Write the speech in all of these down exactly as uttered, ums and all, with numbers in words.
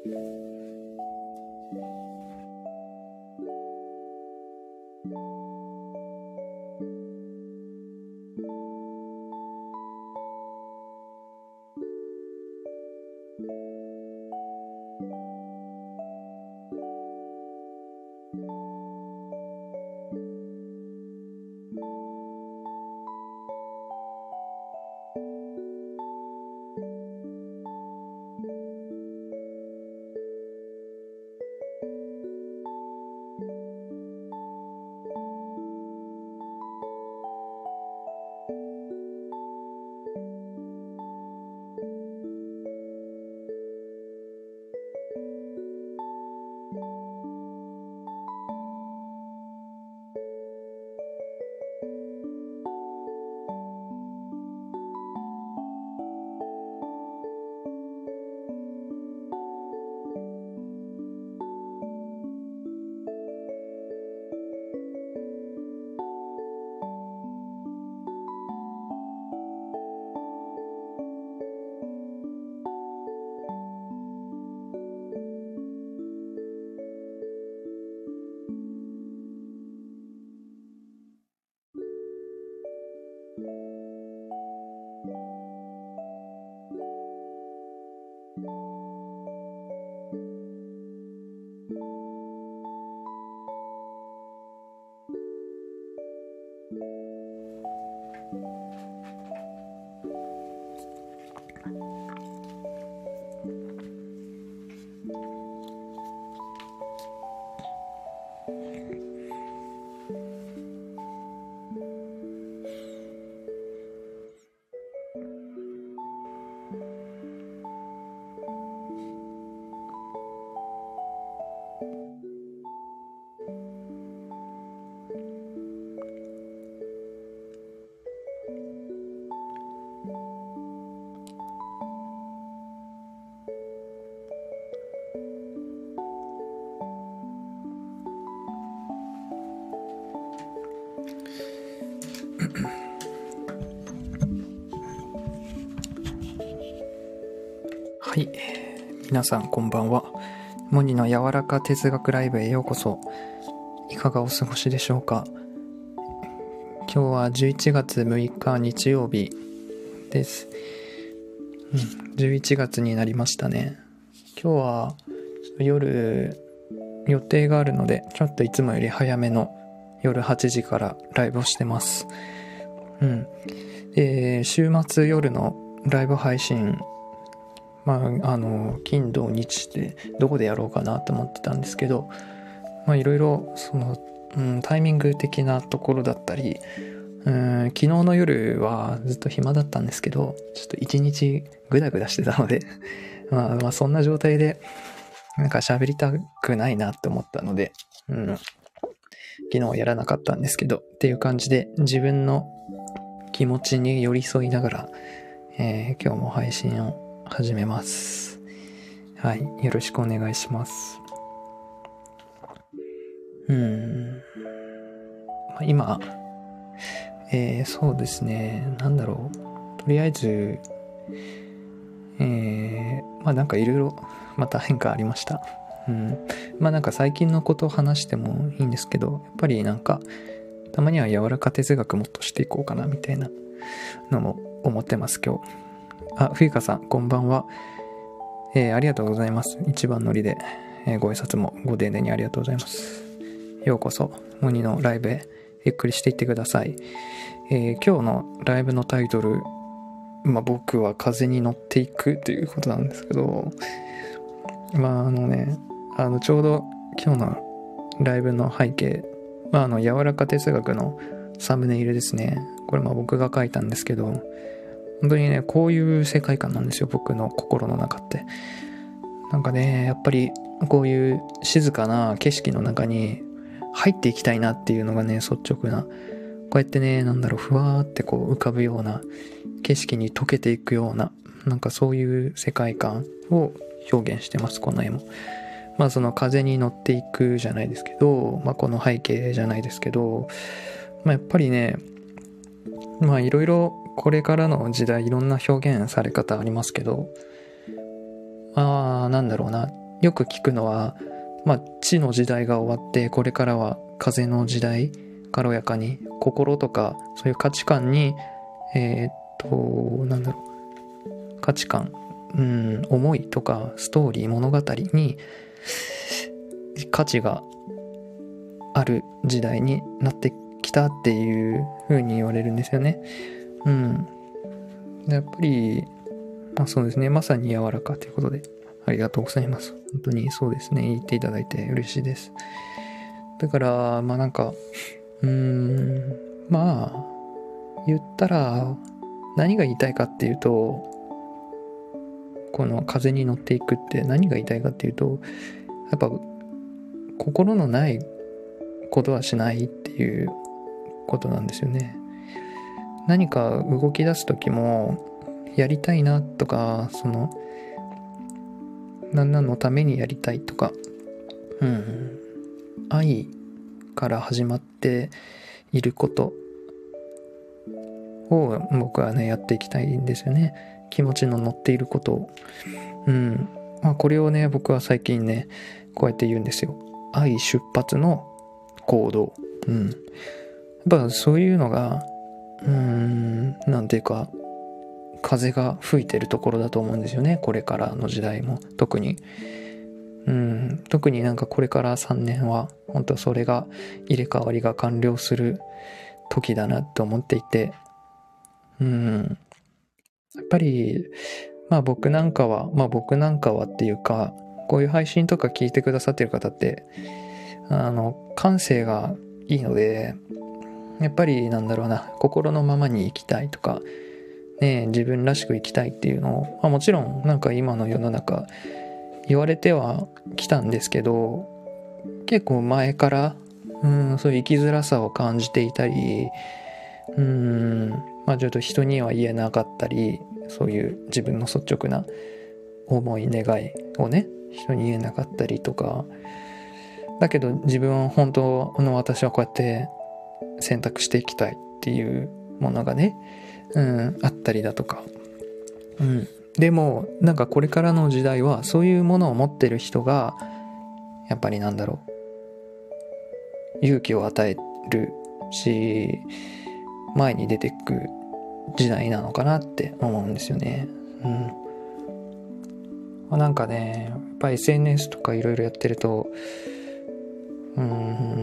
はい、皆さんこんばんは。モニの柔らか哲学ライブへようこそ。いかがお過ごしでしょうか。今日はじゅういちがつむいか日曜日です、うん、じゅういちがつになりましたね。今日は夜予定があるので、ちょっといつもより早めの夜はちじからライブをしてます。うん。で、週末夜のライブ配信、まあ、あの金土日でどこでやろうかなと思ってたんですけど、まあいろいろその、うん、タイミング的なところだったり、うん、昨日の夜はずっと暇だったんですけど、ちょっと一日グダグダしてたのでまあ、まあそんな状態でなんか喋りたくないなって思ったので、うん、昨日はやらなかったんですけどっていう感じで、自分の気持ちに寄り添いながら、えー、今日も配信を始めます。はい、よろしくお願いします。うーん、まあ、今、えー、そうですね、なんだろう、とりあえず、えー、まあなんかいろいろまた変化ありました。うん、まあなんか最近のことを話してもいいんですけど、やっぱりなんかたまには柔らか哲学もっとしていこうかなみたいなのも思ってます今日。あ、冬香さんこんばんは。えー、ありがとうございます。一番乗りで、えー、ご挨拶もご丁寧にありがとうございます。ようこそモニのライブへゆっくりしていってください。えー、今日のライブのタイトル、まあ、僕は風に乗っていくということなんですけど、まああのね、あのちょうど今日のライブの背景、まあ、あの柔らか哲学のサムネイルですね。これまあ僕が書いたんですけど、本当にね、こういう世界観なんですよ、僕の心の中って。なんかね、やっぱりこういう静かな景色の中に入っていきたいなっていうのがね、率直な、こうやってね、なんだろう、ふわーってこう浮かぶような景色に溶けていくような、なんかそういう世界観を表現してます、この絵も。まあその風に乗っていくじゃないですけど、まあこの背景じゃないですけど、まあやっぱりね、まあいろいろこれからの時代いろんな表現され方ありますけど、まあなんだろうな、 よく聞くのは、まあ地の時代が終わってこれからは風の時代、軽やかに心とかそういう価値観にえー、っとなんだろう価値観、うん、思いとかストーリー物語に価値がある時代になってきたっていう風に言われるんですよね。うん。やっぱり、まあそうですね。まさに柔らかということで、ありがとうございます。本当にそうですね。言っていただいて嬉しいです。だから、まあなんか、うーん、まあ、言ったら、何が言いたいかっていうと、この風に乗っていくって何が言いたいかっていうと、やっぱ、心のないことはしないっていうことなんですよね。何か動き出す時もやりたいなとか、その何々のためにやりたいとか、うん、愛から始まっていることを僕はねやっていきたいんですよね。気持ちの乗っていることを、うん、まあこれをね僕は最近ねこうやって言うんですよ。愛出発の行動。うん。やっぱそういうのが、うーん、なんていうか、風が吹いてるところだと思うんですよね。これからの時代も。特に。うん、特になんかこれからさんねんは、本当それが入れ替わりが完了する時だなと思っていて、うん。やっぱり、まあ僕なんかは、まあ僕なんかはっていうか、こういう配信とか聞いてくださってる方って、あの、感性がいいので、やっぱりなんだろうな、心のままに生きたいとか、ね、自分らしく生きたいっていうのを、まあ、もちろんなんか今の世の中言われてはきたんですけど、結構前から、うん、そういう生きづらさを感じていたり、うん、まあちょっと人には言えなかったり、そういう自分の率直な思い願いをね、人に言えなかったりとか、だけど自分は本当の私はこうやって選択していきたいっていうものがね、うん、あったりだとか、うん、でもなんかこれからの時代はそういうものを持ってる人がやっぱりなんだろう、勇気を与えるし前に出てく時代なのかなって思うんですよね。うん、なんかねやっぱり エスエヌエス とかいろいろやってると、うん、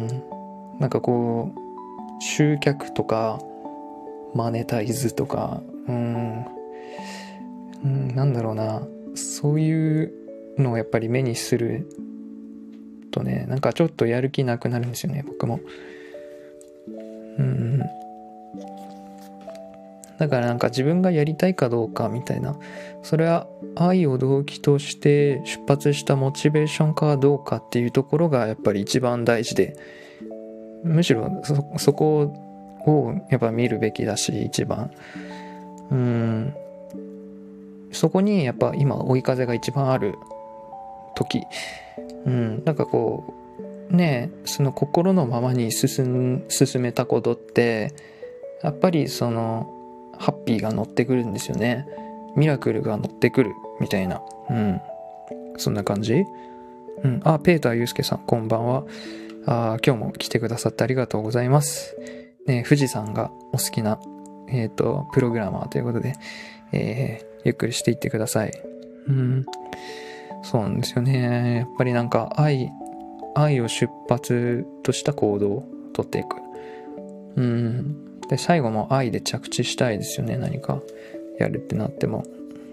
なんかこう集客とかマネタイズとか、うん、うん、なんだろうな、そういうのをやっぱり目にするとね、なんかちょっとやる気なくなるんですよね、僕も。うん、だからなんか自分がやりたいかどうかみたいな、それは愛を動機として出発したモチベーションかどうかっていうところがやっぱり一番大事で、むしろ そ, そこをやっぱ見るべきだし、一番、うん、そこにやっぱ今追い風が一番ある時、うん、なんかこうね、その心のままに進進めたことってやっぱりそのハッピーが乗ってくるんですよね。ミラクルが乗ってくるみたいな、うん、そんな感じ。うん、あ、ペーターユースケさんこんばんは。あ、今日も来てくださってありがとうございます。ね、富士山がお好きなえっとプログラマーということで、えー、ゆっくりしていってください。うん、そうなんですよね。やっぱりなんか愛愛を出発とした行動をとっていく。うん。で最後も愛で着地したいですよね。何かやるってなっても。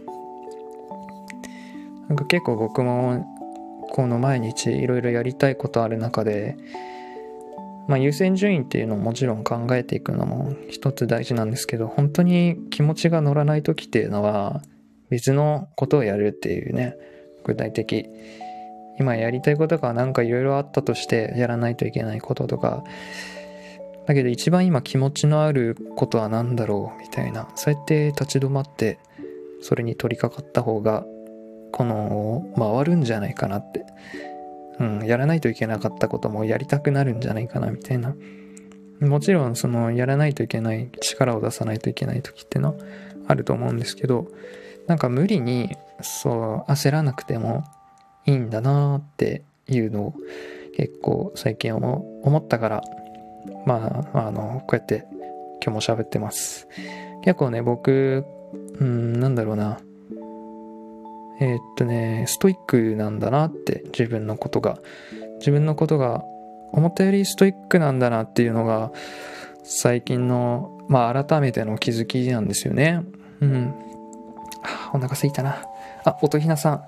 なんか結構僕もこの毎日いろいろやりたいことある中で、まあ優先順位っていうのももちろん考えていくのも一つ大事なんですけど、本当に気持ちが乗らない時っていうのは別のことをやるっていうね、具体的。今やりたいことがなんかいろいろあったとしてやらないといけないこととか、だけど一番今気持ちのあることは何だろうみたいな、そうやって立ち止まってそれに取り掛かった方がこの回るんじゃないかなって、うん、やらないといけなかったこともやりたくなるんじゃないかなみたいな。もちろんそのやらないといけない、力を出さないといけない時ってのはあると思うんですけど、なんか無理にそう焦らなくてもいいんだなっていうのを結構最近思思ったから、まああのこうやって今日も喋ってます。結構ね僕うんなんだろうなえー、っとねストイックなんだなって、自分のことが自分のことが思ったよりストイックなんだなっていうのが最近のまあ改めての気づきなんですよね。うん。お腹すいたな。あ、音ひなさん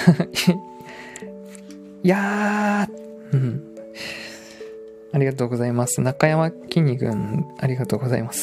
いやー、うん、ありがとうございます。中山きんに君ありがとうございます。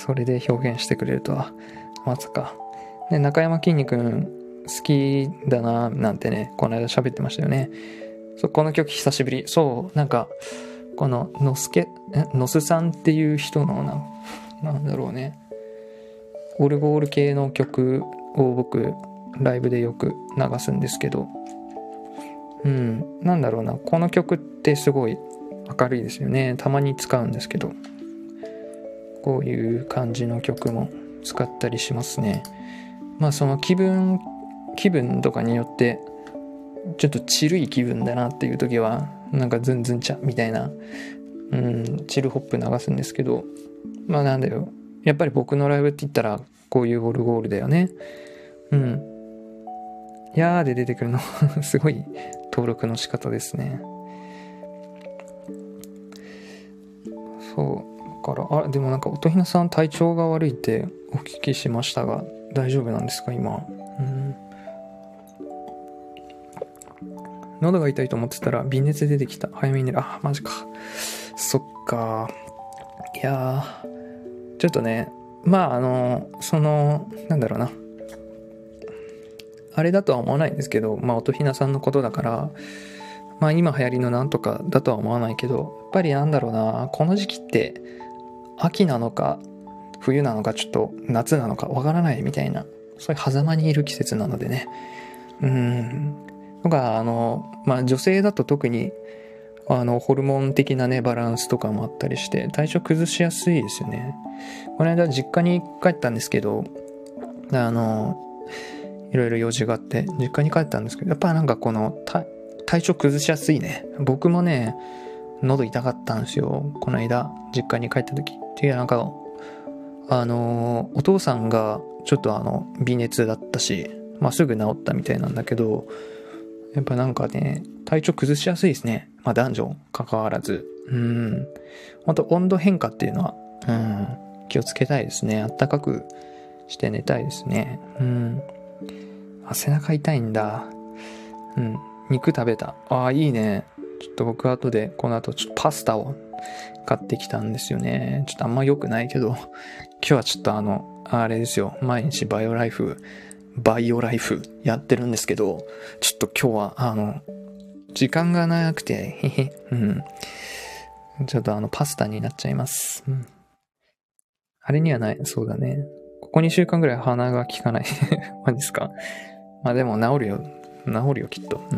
それで表現してくれるとはまさかね。中山きんに君好きだななんてね、この間喋ってましたよね。そう、この曲久しぶり。そう、なんかこののすけのすさんっていう人のな、なんだろうね、オルゴール系の曲を僕ライブでよく流すんですけど、うん、なんだろうな、この曲ってすごい明るいですよね。たまに使うんですけど、こういう感じの曲も使ったりしますね。まあその気分気分とかによってちょっとチルい気分だなっていう時はなんかズンズン茶みたいな、うん、チルホップ流すんですけど、まあなんだよ、やっぱり僕のライブって言ったらこういうオルゴールだよね。うん。やーで出てくるのすごい登録の仕方ですね。そうだから、あ、でもなんか音ひなさん体調が悪いってお聞きしましたが、大丈夫なんですか今。うん。喉が痛いと思ってたら微熱出てきた。早めに寝る。あ、マジか。そっか。いやー、ちょっとね、まああのそのなんだろうな、あれだとは思わないんですけど、まあ音ひなさんのことだから、まあ今流行りのなんとかだとは思わないけど、やっぱりなんだろうな、この時期って秋なのか冬なのかちょっと夏なのかわからないみたいな、そういう狭間にいる季節なのでね。うーん。とかあのまあ女性だと特にあのホルモン的なねバランスとかもあったりして体調崩しやすいですよね。この間実家に帰ったんですけど、あのいろいろ用事があって実家に帰ったんですけど、やっぱなんかこの体調崩しやすいね。僕もね喉痛かったんですよ、この間実家に帰った時。っていうなんかあのお父さんがちょっとあの微熱だったし、まあ、すぐ治ったみたいなんだけど、やっぱなんかね体調崩しやすいですね。まあ男女関わらず、うん、ほんと温度変化っていうのは、うん、気をつけたいですね。あったかくして寝たいですね。うん。あ、背中痛いんだ。うん。肉食べた。ああ、いいね。ちょっと僕後でこの後ちょっとパスタを買ってきたんですよね。ちょっとあんま良くないけど、今日はちょっとあのあれですよ、毎日バイオライフバイオライフやってるんですけど、ちょっと今日はあの時間がなくてへへ、うん、ちょっとあのパスタになっちゃいます、うん、あれにはない。そうだね、ここにしゅうかんぐらい鼻が効かないマジですか。まあでも治るよ治るよきっと。うん。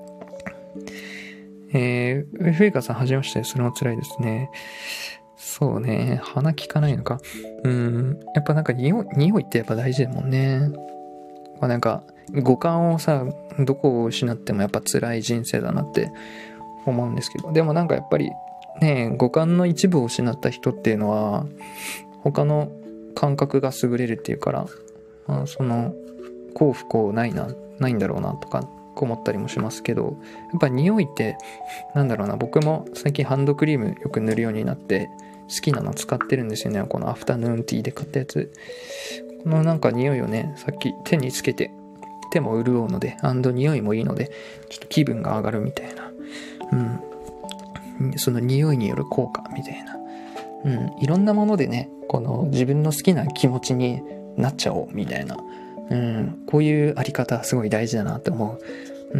えー、フェイカさんはじめまして。それも辛いですね。そうね、鼻効かないのか。うん、やっぱなんか匂い匂いってやっぱ大事だもんね。まあ、なんか五感をさ、どこを失ってもやっぱ辛い人生だなって思うんですけど、でもなんかやっぱりね、五感の一部を失った人っていうのは他の感覚が優れるっていうから、まあ、その幸不幸ないなないんだろうなとか思ったりもしますけど、やっぱ匂いってなんだろうな、僕も最近ハンドクリームよく塗るようになって好きなの使ってるんですよね。このアフタヌーンティーで買ったやつ。このなんか匂いをね、さっき手につけて手も潤うので、アンド匂いもいいのでちょっと気分が上がるみたいな、うん、その匂いによる効果みたいな、うん、いろんなものでね、この自分の好きな気持ちになっちゃおうみたいな、うん、こういうあり方すごい大事だなって思う。うん、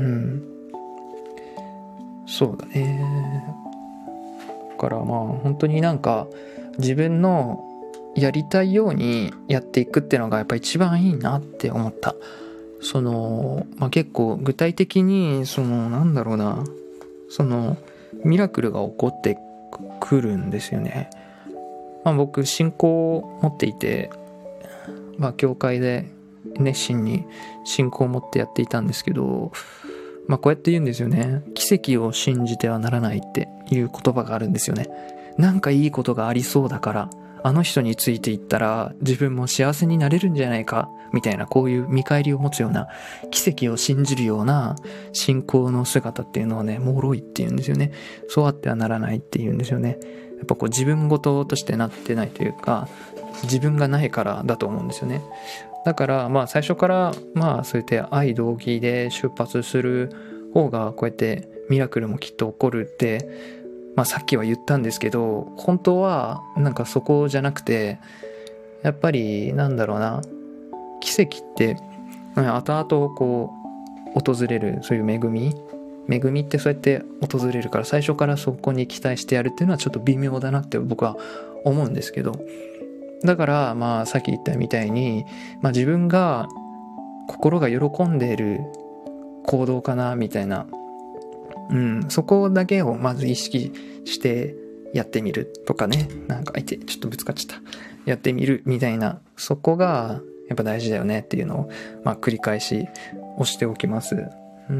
そうだね。だからまあ本当になんか自分のやりたいようにやっていくっていうのがやっぱ一番いいなって思った。その、まあ、結構具体的にそのなんだろうな、そのミラクルが起こってくるんですよね。まあ、僕信仰を持っていて、まあ教会で熱心に信仰を持ってやっていたんですけど、 まあこうやって言うんですよね。奇跡を信じてはならないっていう言葉があるんですよね。なんかいいことがありそうだから、あの人についていったら自分も幸せになれるんじゃないか、みたいな、こういう見返りを持つような、奇跡を信じるような信仰の姿っていうのはね、脆いっていうんですよね。そうあってはならないっていうんですよね。やっぱこう自分事としてなってないというか、自分がないからだと思うんですよね。だからまあ最初からまあそうやって愛動機で出発する方が、こうやってミラクルもきっと起こるってまあさっきは言ったんですけど、本当はなんかそこじゃなくて、やっぱりなんだろうな、奇跡って後々こう訪れるそういう恵み恵みってそうやって訪れるから、最初からそこに期待してやるっていうのはちょっと微妙だなって僕は思うんですけど、だからまあさっき言ったみたいに、まあ自分が心が喜んでいる行動かなみたいな、うん、そこだけをまず意識してやってみるとかね、なんか相手ちょっとぶつかっちゃった、やってみるみたいな、そこがやっぱ大事だよねっていうのをまあ繰り返し押しておきます。うん、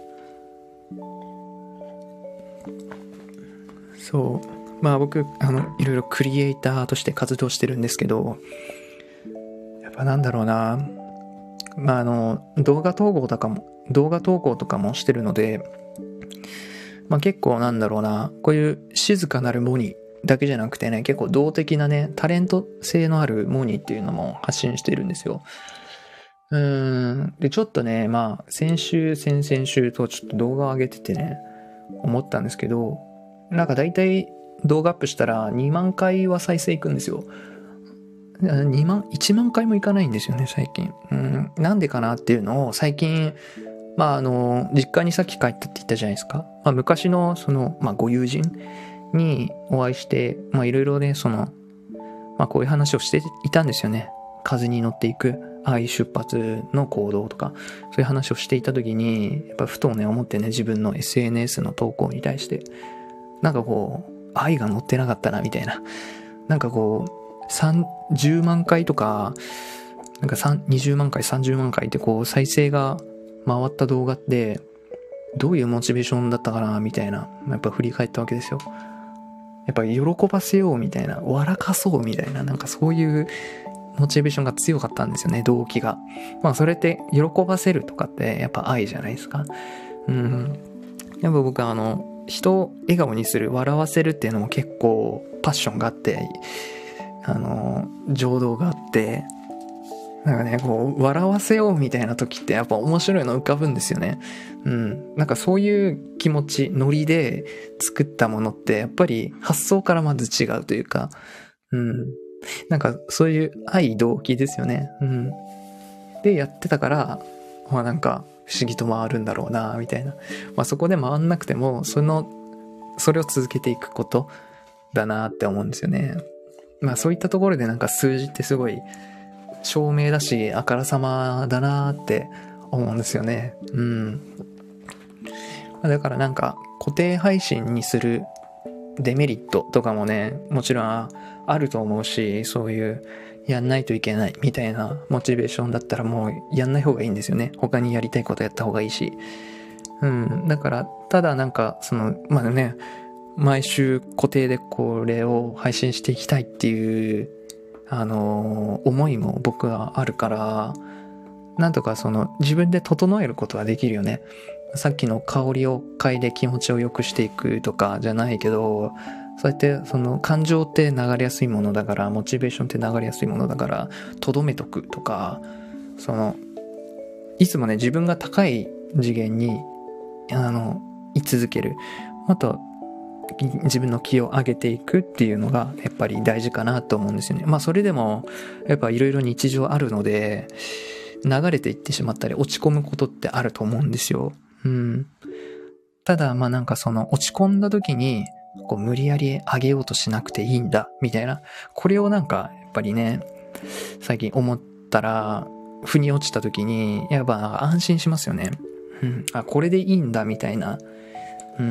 そうまあ僕あのいろいろクリエイターとして活動してるんですけど、やっぱなんだろうな、まああの動画投稿とかも動画投稿とかもしてるので、まあ結構なんだろうな、こういう静かなるモニだけじゃなくてね、結構動的なね、タレント性のあるモニっていうのも発信してるんですよ。うーん。で、ちょっとね、まあ先週、先々週とちょっと動画を上げててね、思ったんですけど、なんか大体動画アップしたらにまんかいは再生いくんですよ。にまん、いちまんかいもいかないんですよね、最近。うん。なんでかなっていうのを最近、まああの、実家にさっき帰ったって言ったじゃないですか。まあ昔のその、まあご友人にお会いして、まあいろいろね、その、まあこういう話をしていたんですよね。風に乗っていく愛出発の行動とか、そういう話をしていた時に、やっぱふとね、思ってね、自分の エスエヌエス の投稿に対して、なんかこう、愛が乗ってなかったな、みたいな。なんかこう、さんじゅうまんかいとか、なんかにじゅうまんかい、さんじゅうまんかいってこう、再生が回った動画って、どういうモチベーションだったかな、みたいな。やっぱ振り返ったわけですよ。やっぱ喜ばせようみたいな、笑かそうみたいな、なんかそういうモチベーションが強かったんですよね、動機が。まあそれって喜ばせるとかってやっぱ愛じゃないですか。うん。やっぱ僕はあの、人を笑顔にする、笑わせるっていうのも結構パッションがあって、あの、情動があって、なんかね、こう、笑わせようみたいな時ってやっぱ面白いの浮かぶんですよね。うん。なんかそういう気持ち、ノリで作ったものってやっぱり発想からまず違うというか、うん。なんかそういう愛動機ですよね。うん。でやってたから、まあなんか不思議と回るんだろうな、みたいな。まあそこで回んなくても、その、それを続けていくことだなって思うんですよね。まあそういったところでなんか数字ってすごい、照明だし、あからさまだなーって思うんですよね。うん。だからなんか固定配信にするデメリットとかもね、もちろんあると思うし、そういうやんないといけないみたいなモチベーションだったらもうやんない方がいいんですよね。他にやりたいことやった方がいいし。うん。だから、ただなんかその、まあね、毎週固定でこれを配信していきたいっていうあの思いも僕はあるから、なんとかその自分で整えることはできるよね。さっきの香りを嗅いで気持ちを良くしていくとかじゃないけど、そうやってその感情って流れやすいものだから、モチベーションって流れやすいものだから、とどめとくとか、そのいつもね、自分が高い次元にあの居続ける、もっと自分の気を上げていくっていうのがやっぱり大事かなと思うんですよね。まあそれでもやっぱいろいろ日常あるので流れていってしまったり落ち込むことってあると思うんですよ。うん。ただまあなんかその落ち込んだ時にこう無理やり上げようとしなくていいんだみたいな、これをなんかやっぱりね最近思ったら、腑に落ちた時にやっぱ安心しますよね。うん。あ、これでいいんだみたいな。うん。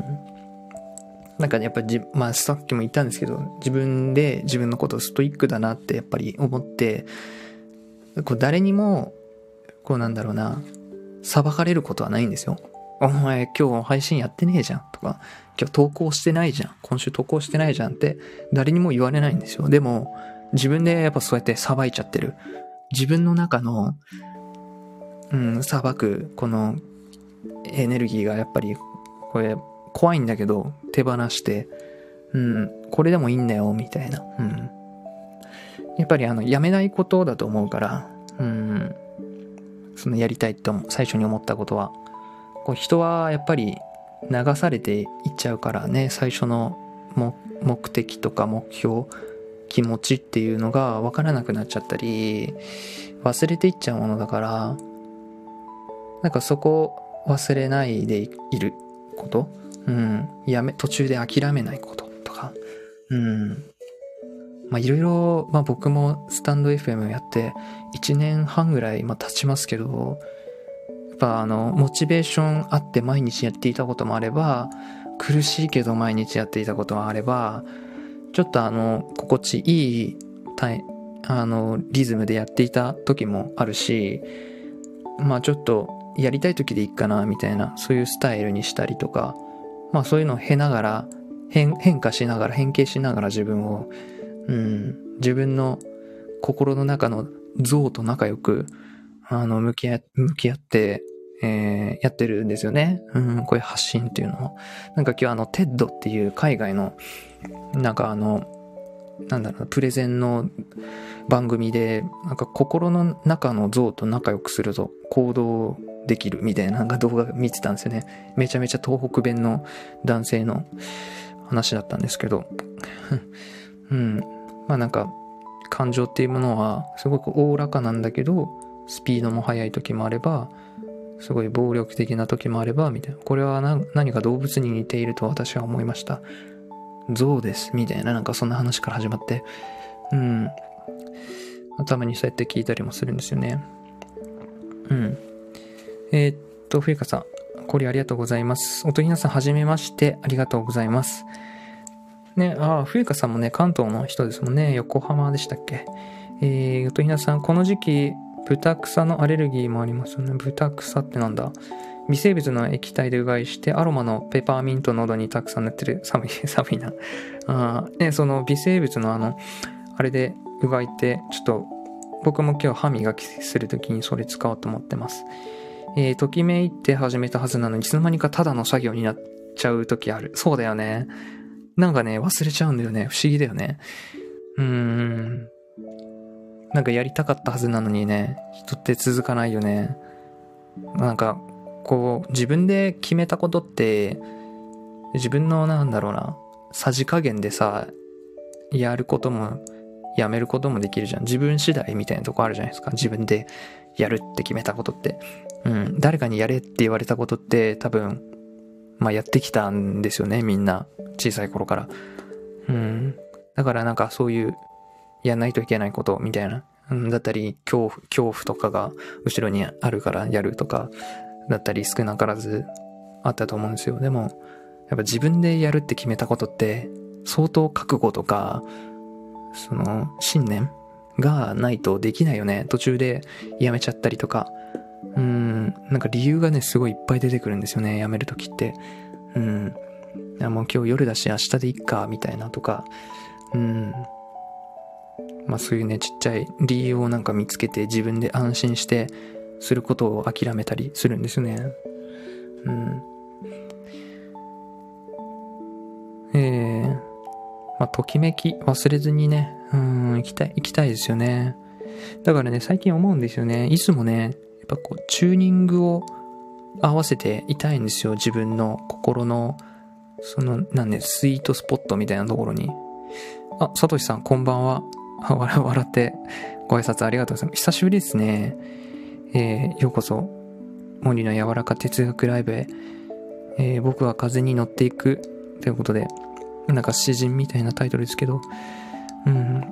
なんかね、やっぱり、まあさっきも言ったんですけど、自分で自分のことをストイックだなってやっぱり思って、こう誰にも、こうなんだろうな、 裁かれることはないんですよ。お前今日配信やってねえじゃんとか、今日投稿してないじゃん、今週投稿してないじゃんって誰にも言われないんですよ。でも自分でやっぱそうやって裁いちゃってる。自分の中のうん裁くこのエネルギーがやっぱりこれ怖いんだけど手放して、うんこれでもいいんだよみたいな、うん、やっぱりあのやめないことだと思うから、うん、そのやりたいと最初に思ったことは、こう人はやっぱり流されていっちゃうからね、最初の目的とか目標、気持ちっていうのが分からなくなっちゃったり忘れていっちゃうものだから、なんかそこ忘れないでいること、うん、やめ途中で諦めないこととか、うん、まあいろいろ、まあ僕もスタンド エフエム やっていちねんはんぐらい今経ちますけど、やっぱあのモチベーションあって毎日やっていたこともあれば、苦しいけど毎日やっていたこともあれば、ちょっとあの心地いいあのリズムでやっていた時もあるし、まあちょっとやりたい時でいいかなみたいな、そういうスタイルにしたりとか、まあそういうのを経ながら 変, 変化しながら変形しながら自分を、うん、自分の心の中の像と仲良くあの向き合向き合って、えー、やってるんですよね。うん、こういう発信っていうのはなんか今日あの テッド っていう海外のなんかあのなんだろうプレゼンの番組で、なんか心の中の像と仲良くすると行動できるみたいななんか動画見てたんですよね。めちゃめちゃ東北弁の男性の話だったんですけどうんまあなんか感情っていうものはすごくおおらかなんだけど、スピードも速い時もあればすごい暴力的な時もあればみたいな、これは何何か動物に似ていると私は思いました。象ですみたいな、なんかそんな話から始まって、うんたまにそうやって聞いたりもするんですよね。うんえー、っと冬香さん、これありがとうございます。音ひなさんはじめまして、ありがとうございますね。ああ冬香さんもね関東の人ですもんね。横浜でしたっけ。えー、音ひなさん、この時期豚草のアレルギーもありますよね。豚草ってなんだ。微生物の液体でうがいしてアロマのペパーミント喉にたくさん塗ってる。寒い寒いなあ、ね、その微生物のあのあれでうがいってちょっと僕も今日歯磨きするときにそれ使おうと思ってます。えー、ときめいて始めたはずなのにいつの間にかただの作業になっちゃうときある。そうだよね。なんかね忘れちゃうんだよね。不思議だよね。うーんなんかやりたかったはずなのにね、人って続かないよね。なんかこう自分で決めたことって自分のなんだろうなさじ加減でさ、やることもやめることもできるじゃん。自分次第みたいなとこあるじゃないですか。自分でやるって決めたことって、うん、誰かにやれって言われたことって多分まあやってきたんですよね、みんな小さい頃から。うん、だからなんかそういうやんないといけないことみたいな、うん、だったり恐怖恐怖とかが後ろにあるからやるとかだったり少なからずあったと思うんですよ。でもやっぱ自分でやるって決めたことって相当覚悟とかその信念がないとできないよね。途中でやめちゃったりとか、うーんなんか理由がねすごいいっぱい出てくるんですよね、やめるときって。うんいやもう今日夜だし明日でいっかみたいなとか、うんまあそういうねちっちゃい理由をなんか見つけて自分で安心してすることを諦めたりするんですよね。うんえーまあときめき忘れずにね、うん行きたい行きたいですよね。だからね最近思うんですよね。いつもねやっぱこうチューニングを合わせていたいんですよ。自分の心のそのなんねスイートスポットみたいなところに。あ、さとしさんこんばんは。笑ってご挨拶ありがとうございます。久しぶりですね。えー、ようこそ森の柔らか哲学ライブへ、えー、僕は風に乗っていくということで、なんか詩人みたいなタイトルですけど、うん、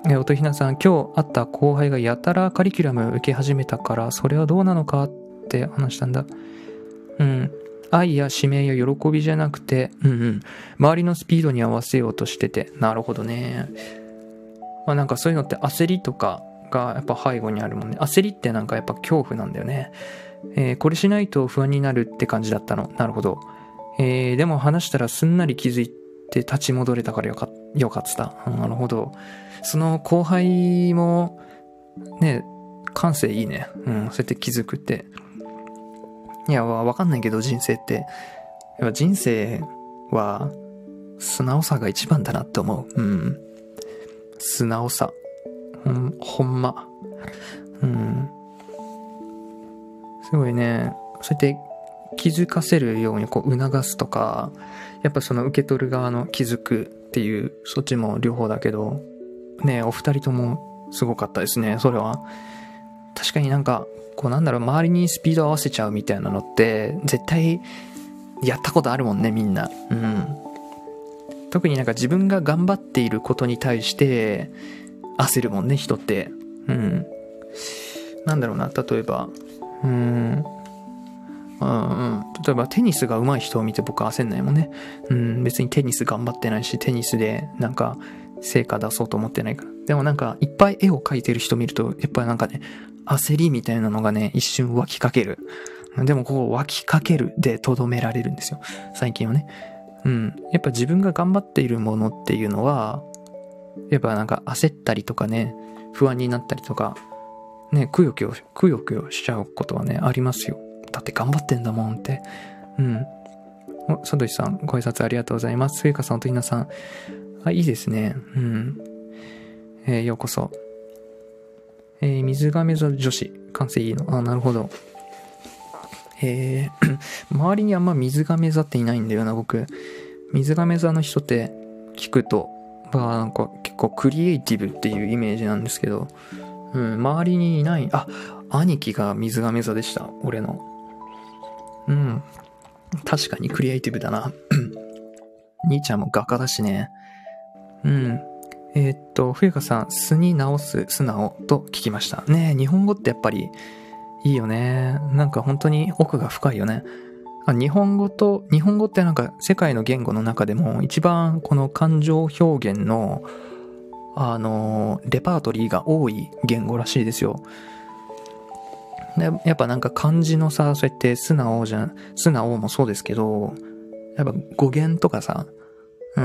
え音ひなさん、今日会った後輩がやたらカリキュラム受け始めたからそれはどうなのかって話したんだ。うん、愛や使命や喜びじゃなくて、うんうん、周りのスピードに合わせようとしてて。なるほどね。まあなんかそういうのって焦りとかがやっぱ背後にあるもんね。焦りってなんかやっぱ恐怖なんだよね。 えー、これしないと不安になるって感じだったの。なるほど。えー、でも話したらすんなり気づいて立ち戻れたからよかよかった。なるほど。その後輩も、ね、感性いいね。うん、そうやって気づくって。いや、わかんないけど人生って。やっぱ人生は素直さが一番だなって思う。うん。素直さ。ほん、ほんま。うん。すごいね。そうやって気づかせるようにこう促すとか、やっぱその受け取る側の気づくっていう、そっちも両方だけど、ね、お二人ともすごかったですね、それは。確かになんか、こうなんだろう、周りにスピード合わせちゃうみたいなのって、絶対やったことあるもんね、みんな。うん。特になんか自分が頑張っていることに対して焦るもんね、人って。うん。なんだろうな、例えば、うーん。うんうん、例えばテニスが上手い人を見て僕は焦んないもんね。うん、別にテニス頑張ってないし、テニスでなんか成果出そうと思ってないから。でもなんかいっぱい絵を描いてる人見ると、やっぱりなんかね、焦りみたいなのがね、一瞬湧きかける。でもこう湧きかけるでとどめられるんですよ。最近はね。うん。やっぱ自分が頑張っているものっていうのは、やっぱなんか焦ったりとかね、不安になったりとか、ね、くよくよ、くよくよしちゃうことはね、ありますよ。だって頑張ってんだもんって。うん。お、さとしさん、ご挨拶ありがとうございます。ふゆかさんとひなさん。あ、いいですね。うん。えー、ようこそ。えー、水亀座女子。感性いいの。あ、なるほど。えー、周りにあんま水亀座っていないんだよな、僕。水亀座の人って聞くと、まあなんか結構クリエイティブっていうイメージなんですけど、うん、周りにいない。あ、兄貴が水亀座でした。俺の。うん。確かにクリエイティブだな。兄ちゃんも画家だしね。うん。えー、っと、冬香さん、素に直す素直と聞きました。ねえ、日本語ってやっぱりいいよね。なんか本当に奥が深いよね。あ、日本語と、日本語ってなんか世界の言語の中でも一番この感情表現の、あの、レパートリーが多い言語らしいですよ。でやっぱなんか漢字のさ、そうやって素直じゃん、素直もそうですけど、やっぱ語源とかさ、うん、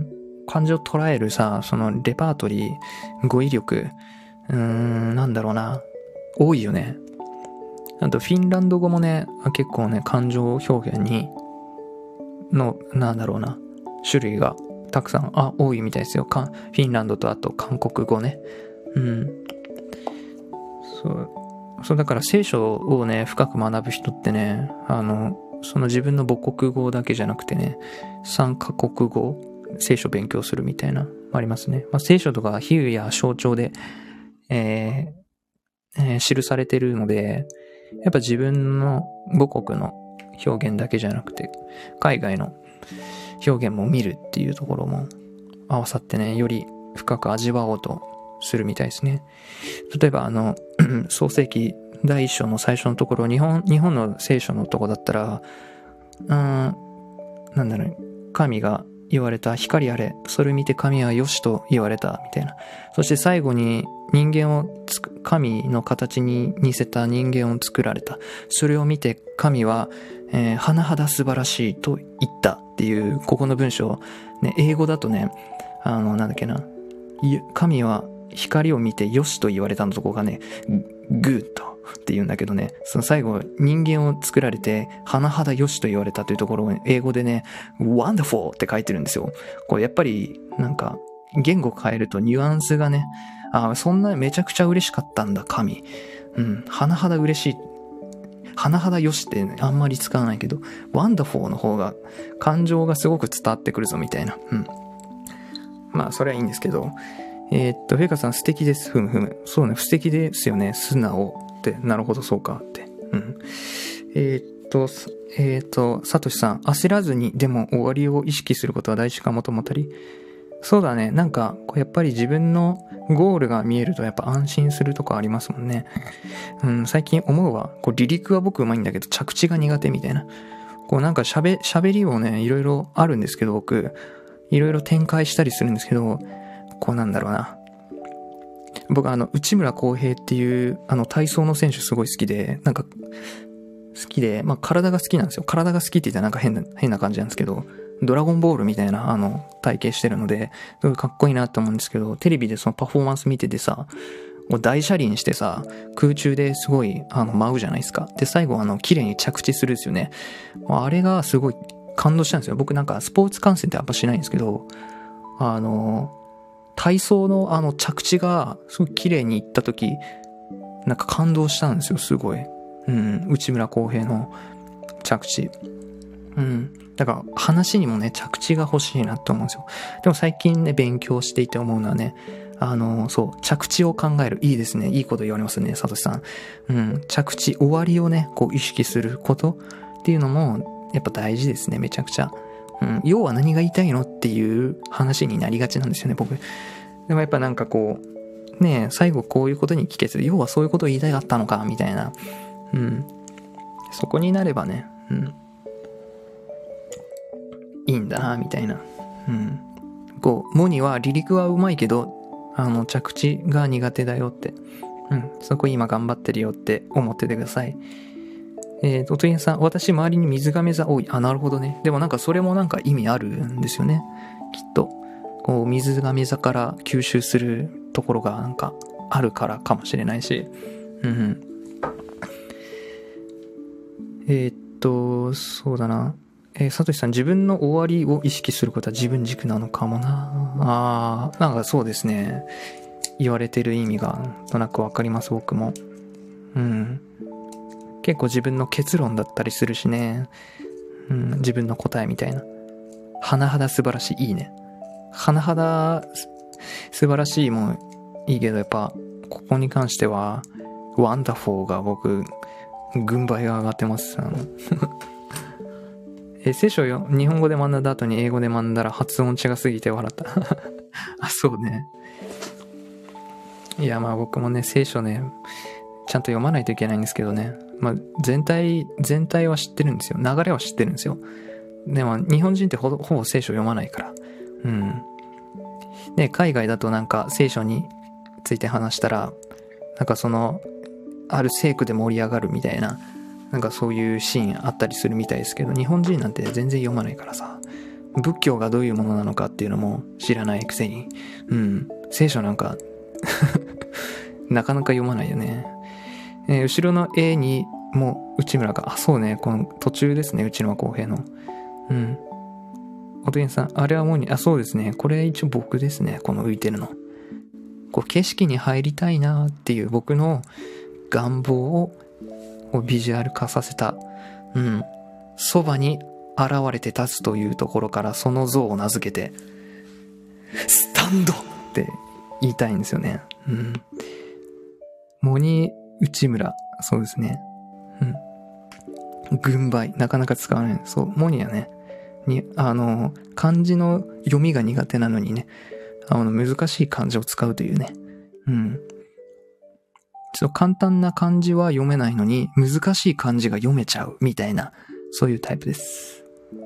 漢字を捉えるさ、そのレパートリー、語彙力、うーん、なんだろうな、多いよね。あとフィンランド語もね、結構ね、感情表現に、の、なんだろうな、種類がたくさん、あ、多いみたいですよ。フィンランドとあと韓国語ね。うん。そう。そうだから聖書をね、深く学ぶ人ってね、あの、その自分の母国語だけじゃなくてね、さんカ国語、聖書勉強するみたいな、ありますね。まあ、聖書とか比喩や象徴で、えーえー、記されてるので、やっぱ自分の母国の表現だけじゃなくて、海外の表現も見るっていうところも合わさってね、より深く味わおうとするみたいですね。例えばあの創世記第一章の最初のところ、日本日本の聖書のとこだったら、うーん、なんだろう、神が言われた、光あれ、それ見て神はよしと言われたみたいな。そして最後に人間をつく神の形に似せた人間を作られた。それを見て神は、えー、甚だ素晴らしいと言ったっていうここの文章ね、英語だとね、あのなんだっけな、神は光を見てよしと言われたのとこがね、グッドって言うんだけどね、その最後人間を作られて甚だよしと言われたというところを英語でね、wonderful って書いてるんですよ。これやっぱりなんか言語変えるとニュアンスがね、あ、そんなめちゃくちゃ嬉しかったんだ神。うん、甚だ嬉しい。甚だよしって、ね、あんまり使わないけど、wonderful の方が感情がすごく伝わってくるぞみたいな。うん。まあそれはいいんですけど。えー、っと、フェイカさん素敵です。ふむふむ。そうね、素敵ですよね。素直って。なるほど、そうかって。うん。えー、っと、えー、っと、サトシさん、焦らずにでも終わりを意識することは大事かもと思ったり。そうだね。なんか、こうやっぱり自分のゴールが見えるとやっぱ安心するとこありますもんね。うん、最近思うわ。こう離陸は僕うまいんだけど着地が苦手みたいな。こうなんか喋、喋りをね、いろいろあるんですけど僕、いろいろ展開したりするんですけど、こうなんだろうな。僕あの、内村航平っていうあの体操の選手すごい好きで、なんか、 好きで、まあ体が好きなんですよ。体が好きって言ったらなんか変な、変な感じなんですけど、ドラゴンボールみたいな、あの、体型してるので、すごいかっこいいなと思うんですけど、テレビでそのパフォーマンス見ててさ、もう大車輪してさ、空中ですごい、あの、舞うじゃないですか。で、最後、あの、綺麗に着地するんですよね。あれがすごい感動したんですよ。僕なんかスポーツ観戦ってあんましないんですけど、あの、体操のあの着地がすごい綺麗にいったとき、なんか感動したんですよ、すごい。うん、内村航平の着地。うん。だから話にもね、着地が欲しいなと思うんですよ。でも最近ね、勉強していて思うのはね、あの、そう、着地を考える。いいですね。いいこと言われますね、サトシさん。うん、着地、終わりをね、こう意識することっていうのも、やっぱ大事ですね、めちゃくちゃ。うん、要は何が言いたいのっていう話になりがちなんですよね、僕。でもやっぱなんかこう、ねえ、最後こういうことに聞けず、要はそういうことを言いたかったのか、みたいな。うん。そこになればね、うん。いいんだな、みたいな。うん。こう、モニは離陸はうまいけど、あの、着地が苦手だよって。うん。そこ今頑張ってるよって思っててください。えーと、とりさん、私周りに水亀座多い。あ、なるほどね。でもなんかそれもなんか意味あるんですよね。きっと。こう、水亀座から吸収するところがなんかあるからかもしれないし。うん。えー、っと、そうだな。えー、サトシさん、自分の終わりを意識することは自分軸なのかもな。あー、なんかそうですね。言われてる意味がなんとなくわかります、僕も。うん。結構自分の結論だったりするしね。うん、自分の答えみたいな。甚だ素晴らしい。いいね。甚だ素晴らしいもいいけど、やっぱ、ここに関しては、ワンダフォーが僕、軍配が上がってます。あのえ、聖書よ、日本語で学んだ後に英語で学んだら発音違すぎて笑った。あ、そうね。いや、まあ僕もね、聖書ね、ちゃんと読まないといけないんですけどね。まあ全体、全体は知ってるんですよ。流れは知ってるんですよ。でも日本人ってほぼ、ほぼ聖書読まないから。うん。で、海外だとなんか聖書について話したら、なんかその、ある聖句で盛り上がるみたいな、なんかそういうシーンあったりするみたいですけど、日本人なんて全然読まないからさ、仏教がどういうものなのかっていうのも知らないくせに、うん、聖書なんかなかなか読まないよね。えー、後ろの絵にも内村が、あ、そうね、この途中ですね、内村航平の。うん。おとぎさん、あれはもうに、あ、そうですね、これ一応僕ですね、この浮いてるの。こう景色に入りたいなっていう僕の願望をこうビジュアル化させた、うん、そばに現れて立つというところからその像を名付けて、スタンドって言いたいんですよね。うん。モニ内村、そうですね。うん。軍配、なかなか使わない。そう、モニはね、に、あの、漢字の読みが苦手なのにね、あの、難しい漢字を使うというね。うん。ちょっと簡単な漢字は読めないのに、難しい漢字が読めちゃうみたいな、そういうタイプです。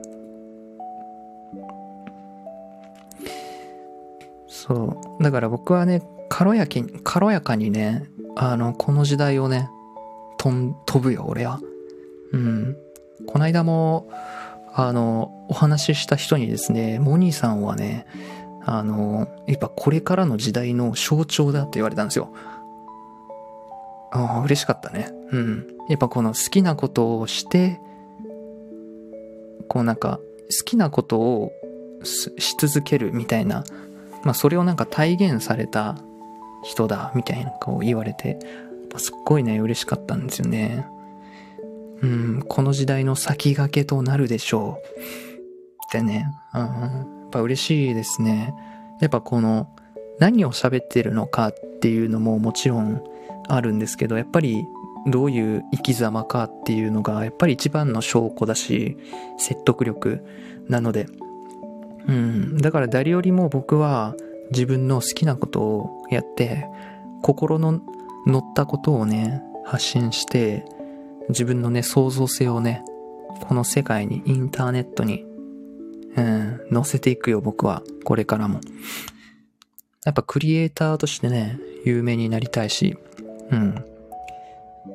そう。だから僕はね、軽やかに、軽やかにね、あの、この時代をね、飛ん、飛ぶよ、俺は。うん。この間も、あの、お話しした人にですね、モニーさんはね、あの、やっぱこれからの時代の象徴だって言われたんですよ。ああ、嬉しかったね。うん。やっぱこの好きなことをして、こうなんか、好きなことをし続けるみたいな、まあそれをなんか体現された人だ、みたいなこう言われて、すっごいね、嬉しかったんですよね。うん、この時代の先駆けとなるでしょう。ってね、うん、やっぱ嬉しいですね。やっぱこの、何を喋ってるのかっていうのももちろんあるんですけど、やっぱりどういう生き様かっていうのがやっぱり一番の証拠だし、説得力なので、うん、だから誰よりも僕は自分の好きなことをやって、心の乗ったことをね、発信して、自分のね、創造性をね、この世界に、インターネットに、うん、載せていくよ、僕は。これからも。やっぱクリエイターとしてね、有名になりたいし、うん。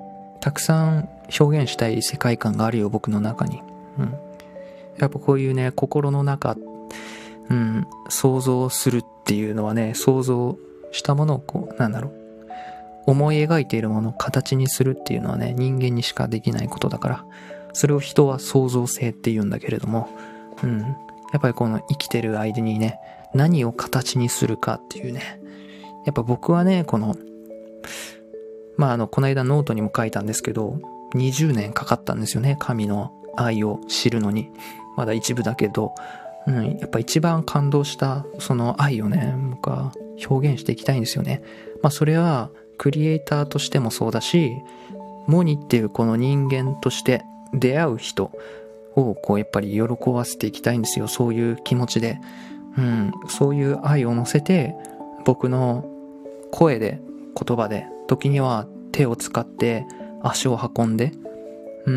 たくさん表現したい世界観があるよ、僕の中に。うん。やっぱこういうね、心の中、うん、想像するっていうのはね、想像したものをこう、なんだろう、思い描いているものを形にするっていうのはね、人間にしかできないことだから、それを人は創造性って言うんだけれども、うん。やっぱりこの生きてる間にね、何を形にするかっていうね、やっぱ僕はね、この、まああの、この間ノートにも書いたんですけど、にじゅうねんかかったんですよね、神の愛を知るのに。まだ一部だけど、うん、やっぱ一番感動したその愛をね、僕は表現していきたいんですよね。まあそれはクリエイターとしてもそうだし、モニっていうこの人間として出会う人をこうやっぱり喜ばせていきたいんですよ。そういう気持ちで。うん、そういう愛を乗せて、僕の声で、言葉で、時には手を使って足を運んで、うん、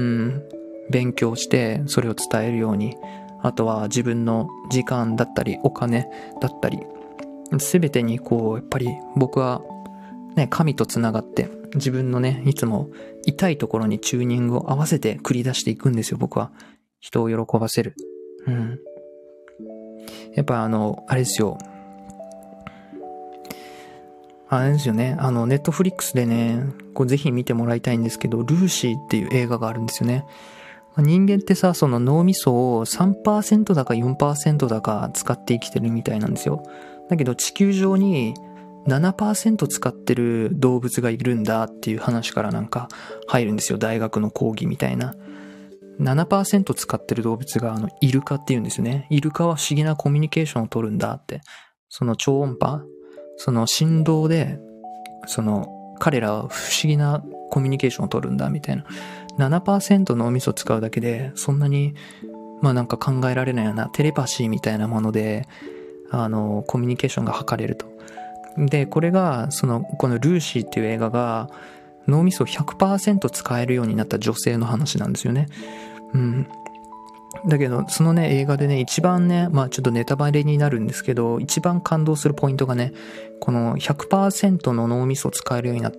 勉強してそれを伝えるように、あとは自分の時間だったりお金だったり、すべてにこうやっぱり僕はね、神とつながって自分のね、いつも痛いところにチューニングを合わせて繰り出していくんですよ、僕は。人を喜ばせる。うん。やっぱあの、あれですよ。あれですよね。あの、ネットフリックスでね、こうぜひ見てもらいたいんですけど、ルーシーっていう映画があるんですよね。人間ってさ、その脳みそを さんパーセント だか よんパーセント だか使って生きてるみたいなんですよ。だけど地球上に ななパーセント 使ってる動物がいるんだっていう話からなんか入るんですよ。大学の講義みたいな。ななパーセント 使ってる動物があのイルカっていうんですよね。イルカは不思議なコミュニケーションを取るんだって。その超音波、その振動で、その彼らは不思議なコミュニケーションを取るんだみたいな。ななパーセント 脳みそ使うだけで、そんなに、まあなんか考えられないようなテレパシーみたいなもので、あの、コミュニケーションが図れると。で、これが、その、このルーシーっていう映画が、脳みそ ひゃくパーセント 使えるようになった女性の話なんですよね。うん。だけど、そのね、映画でね、一番ね、まあちょっとネタバレになるんですけど、一番感動するポイントがね、この ひゃくパーセント の脳みそを使えるようになって、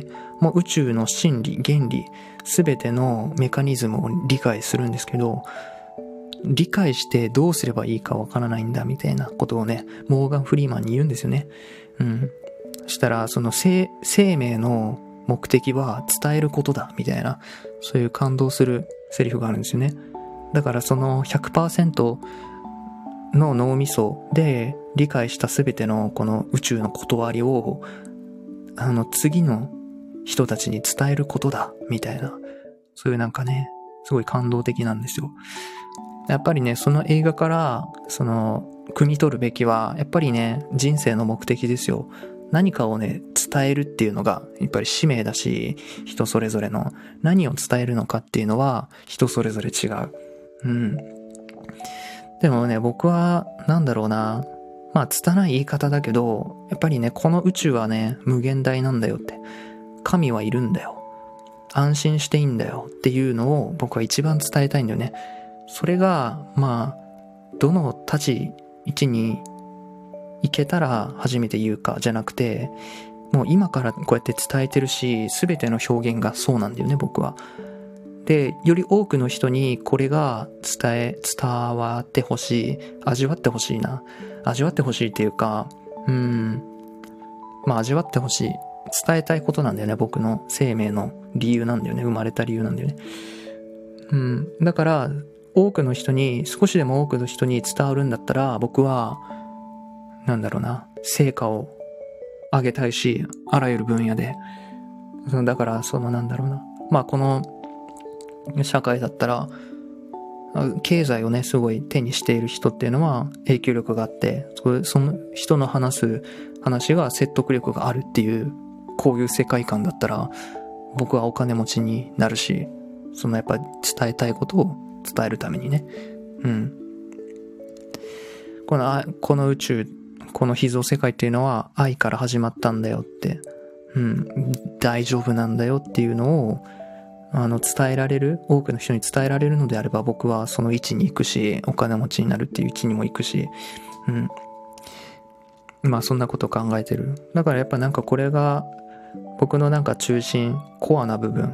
もう宇宙の真理、原理、すべてのメカニズムを理解するんですけど、理解してどうすればいいかわからないんだみたいなことをね、モーガン・フリーマンに言うんですよね。うん。そしたら、その生、生命の目的は伝えることだみたいな、そういう感動するセリフがあるんですよね。だからその ひゃくパーセント の脳みそで理解したすべてのこの宇宙の断りを、あの次の人たちに伝えることだみたいな、そういうなんかね、すごい感動的なんですよ。やっぱりね、その映画からその汲み取るべきはやっぱりね、人生の目的ですよ。何かをね、伝えるっていうのがやっぱり使命だし、人それぞれの何を伝えるのかっていうのは人それぞれ違う。うん。でもね、僕はなんだろうな、まあ拙い言い方だけど、やっぱりね、この宇宙はね、無限大なんだよって、神はいるんだよ、安心していいんだよっていうのを僕は一番伝えたいんだよね。それがまあどの立ち位置に行けたら初めて言うかじゃなくて、もう今からこうやって伝えてるし、全ての表現がそうなんだよね、僕は。で、より多くの人にこれが伝え伝わってほしい、味わってほしいな、味わってほしいっていうか、うーんまあ味わってほしい、伝えたいことなんだよね。僕の生命の理由なんだよね。生まれた理由なんだよね。うん。だから、多くの人に、少しでも多くの人に伝わるんだったら、僕は、なんだろうな、成果を上げたいし、あらゆる分野で。だから、そのなんだろうな。まあこの、社会だったら、経済をね、すごい手にしている人っていうのは影響力があって、その人の話す話が説得力があるっていう、こういう世界観だったら、僕はお金持ちになるし、そのやっぱり伝えたいことを伝えるためにね。うん。この、この宇宙、この秘蔵世界っていうのは愛から始まったんだよって、うん、大丈夫なんだよっていうのを、あの、伝えられる、多くの人に伝えられるのであれば、僕はその位置に行くし、お金持ちになるっていう位置にも行くし、うん。まあそんなことを考えてる。だからやっぱなんかこれが僕のなんか中心、コアな部分、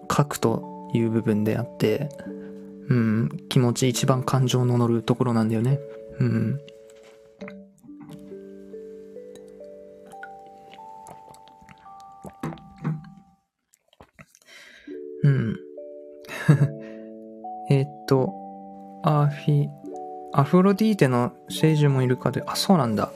書くという部分であって、うん、気持ち一番感情の乗るところなんだよね。うん。うん。えーっと、アフィ、アフロディーテの聖獣もいるかで、あ、そうなんだ。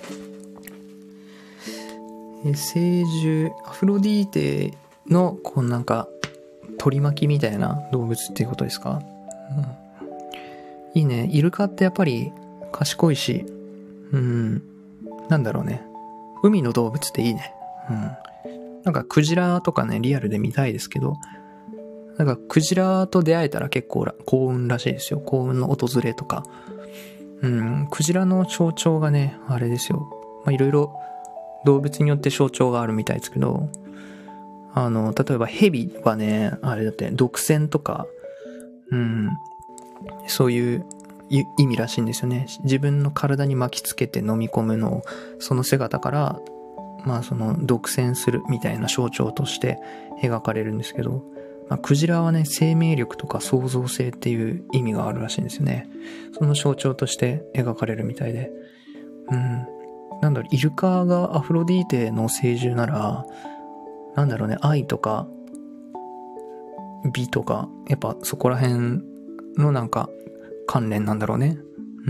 え、聖獣、アフロディーテの、こうなんか、取り巻きみたいな動物っていうことですか？うん、いいね。イルカってやっぱり賢いし、うん、なんだろうね。海の動物っていいね。うん。なんかクジラとかね、リアルで見たいですけど、なんかクジラと出会えたら結構幸運らしいですよ。幸運の訪れとか。うん、クジラの象徴がね、あれですよ。まあ、いろいろ動物によって象徴があるみたいですけど、あの、例えばヘビはね、あれだって独占とか、うん、そういう意味らしいんですよね。自分の体に巻きつけて飲み込むのを、その姿から、まあその独占するみたいな象徴として描かれるんですけど、まあ、クジラはね、生命力とか創造性っていう意味があるらしいんですよね。その象徴として描かれるみたいで。うん。なんだろう、イルカがアフロディーテの聖獣なら、なんだろうね、愛とか、美とか、やっぱそこら辺のなんか関連なんだろうね。うん。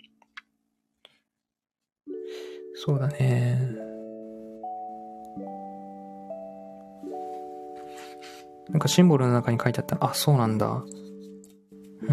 そうだね。なんかシンボルの中に書いてあった。あ、そうなんだ。うん。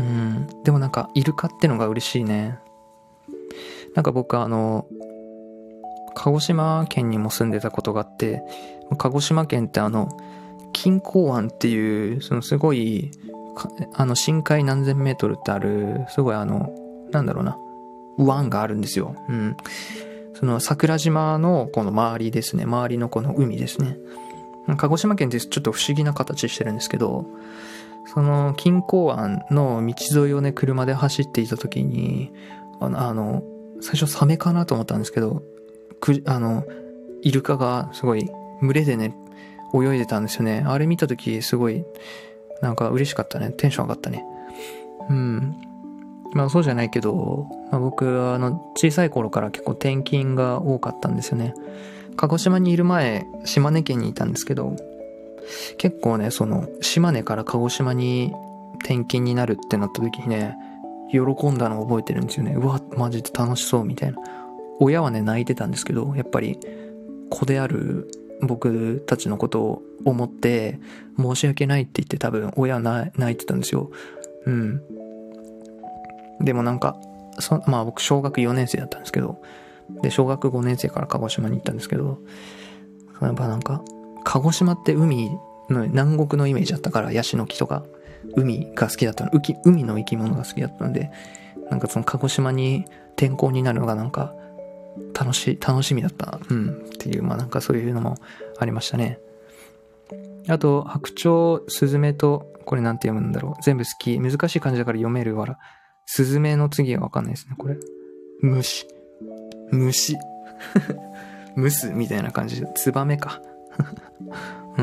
でもなんかイルカってのが嬉しいね。なんか僕あの、鹿児島県にも住んでたことがあって、鹿児島県ってあの、錦江湾っていう、そのすごい、あの深海何千メートルってある、すごいあの、なんだろうな、湾があるんですよ。うん。その桜島のこの周りですね。周りのこの海ですね。鹿児島県ってちょっと不思議な形してるんですけど、その錦江湾の道沿いをね、車で走っていた時に、あの、あの最初サメかなと思ったんですけど、く、あの、イルカがすごい群れでね、泳いでたんですよね。あれ見た時すごい、なんか嬉しかったね。テンション上がったね。うん。まあそうじゃないけど、まあ、僕はあの小さい頃から結構転勤が多かったんですよね。鹿児島にいる前、島根県にいたんですけど、結構ね、その島根から鹿児島に転勤になるってなった時にね、喜んだのを覚えてるんですよね。うわ、マジで楽しそうみたいな。親はね、泣いてたんですけど、やっぱり子である僕たちのことを思って申し訳ないって言って多分親は泣いてたんですよ。うん。でもなんか、そまあ僕小学よねん生だったんですけど、で、小学ごねん生から鹿児島に行ったんですけど、やっぱなんか、鹿児島って海の南国のイメージだったから、ヤシの木とか、海が好きだったの、海の生き物が好きだったので、なんかその鹿児島に転校になるのがなんか、楽しい、楽しみだった。うん。っていう、まあなんかそういうのもありましたね。あと、白鳥、スズメと、これなんて読むんだろう。全部好き。難しい漢字だから読めるわら。スズメの次はわかんないですね、これ。虫。虫。ムスみたいな感じで。ツバメか。うん。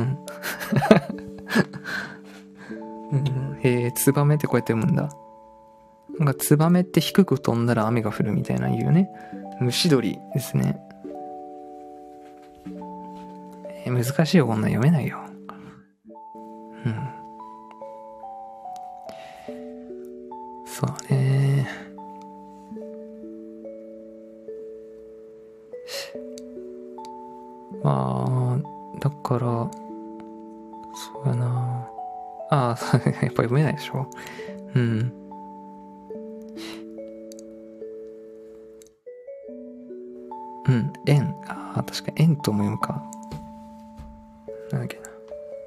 うん、へえ、ツバメってこうやって読むんだ。なんかツバメって低く飛んだら雨が降るみたいな言うよね。虫鳥ですね。えー、難しいよ、こんなん読めないよ。うん。そうね。まあ、だから、そうやな。ああ、やっぱ読めないでしょ。うん。うん、円。ああ、確かに円とも読むか。なんだっけな。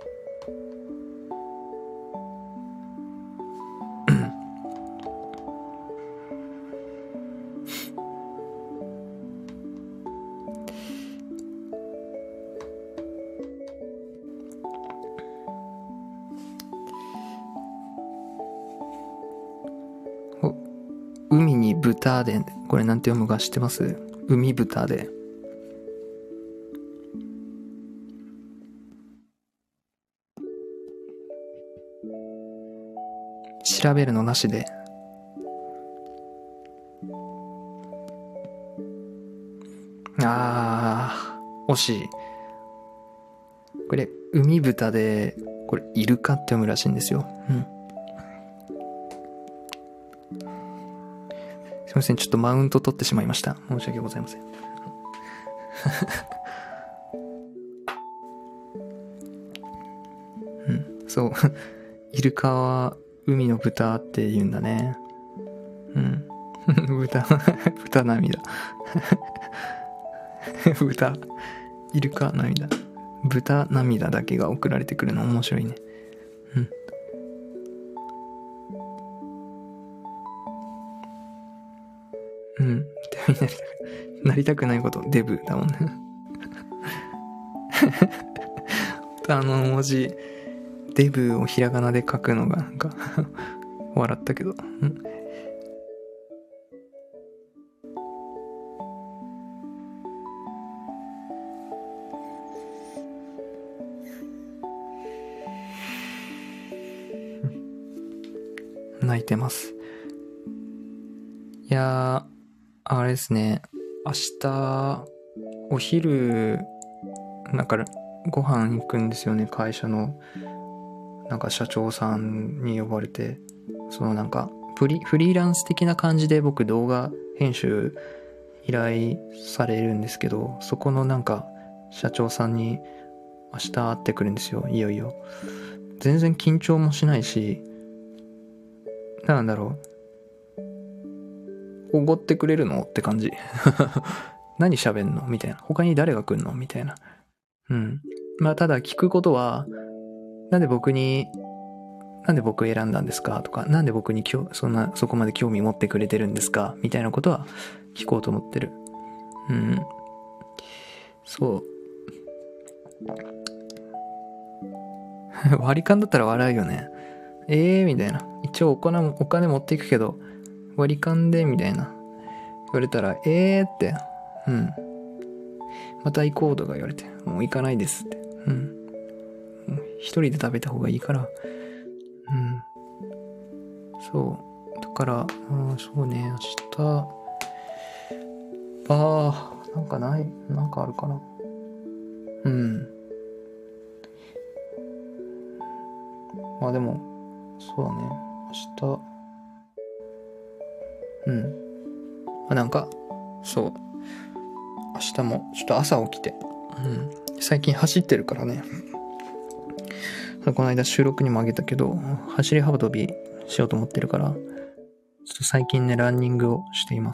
お、海に豚で、これなんて読むか知ってます？海豚で。 調べるのなしで。あー、惜しい。これ、海豚で、これ、イルカって読むらしいんですよ。うん。すいません、ちょっとマウント取ってしまいました。申し訳ございません。うん、そう。イルカは海の豚って言うんだね。うん。豚、豚涙。豚、イルカ涙。豚涙だけが送られてくるの面白いね。うん。うん。デブになりたく、なりたくないこと、デブだもんね。あの文字、デブをひらがなで書くのがなんか笑ったけど。うん。泣いてます。いやー、あれですね。明日、お昼、なんか、ご飯行くんですよね。会社の、なんか社長さんに呼ばれて、そのなんか、フリ、フリーランス的な感じで僕動画編集依頼されるんですけど、そこのなんか、社長さんに明日会ってくるんですよ。いよいよ。全然緊張もしないし、なんだろう。おごってくれるのって感じ。何喋んのみたいな。他に誰が来んのみたいな。うん。まあ、ただ聞くことは、なんで僕に、なんで僕選んだんですかとか、なんで僕に今日、そんな、そこまで興味持ってくれてるんですかみたいなことは聞こうと思ってる。うん。そう。割り勘だったら笑うよね。えーみたいな。一応お金も、お金持っていくけど、割り勘で、みたいな。言われたら、えーって。うん。また行こうとか言われて、もう行かないですって。うん。一人で食べた方がいいから。うん。そう。だから、あそうね、明日、あー、なんかない、なんかあるかな。うん。まあでも、そうだね。明日、うん。まあなんか、そう。明日も、ちょっと朝起きて、うん。最近走ってるからね。この間収録にもあげたけど、走り幅跳びしようと思ってるから、ちょっと最近ね、ランニングをしています。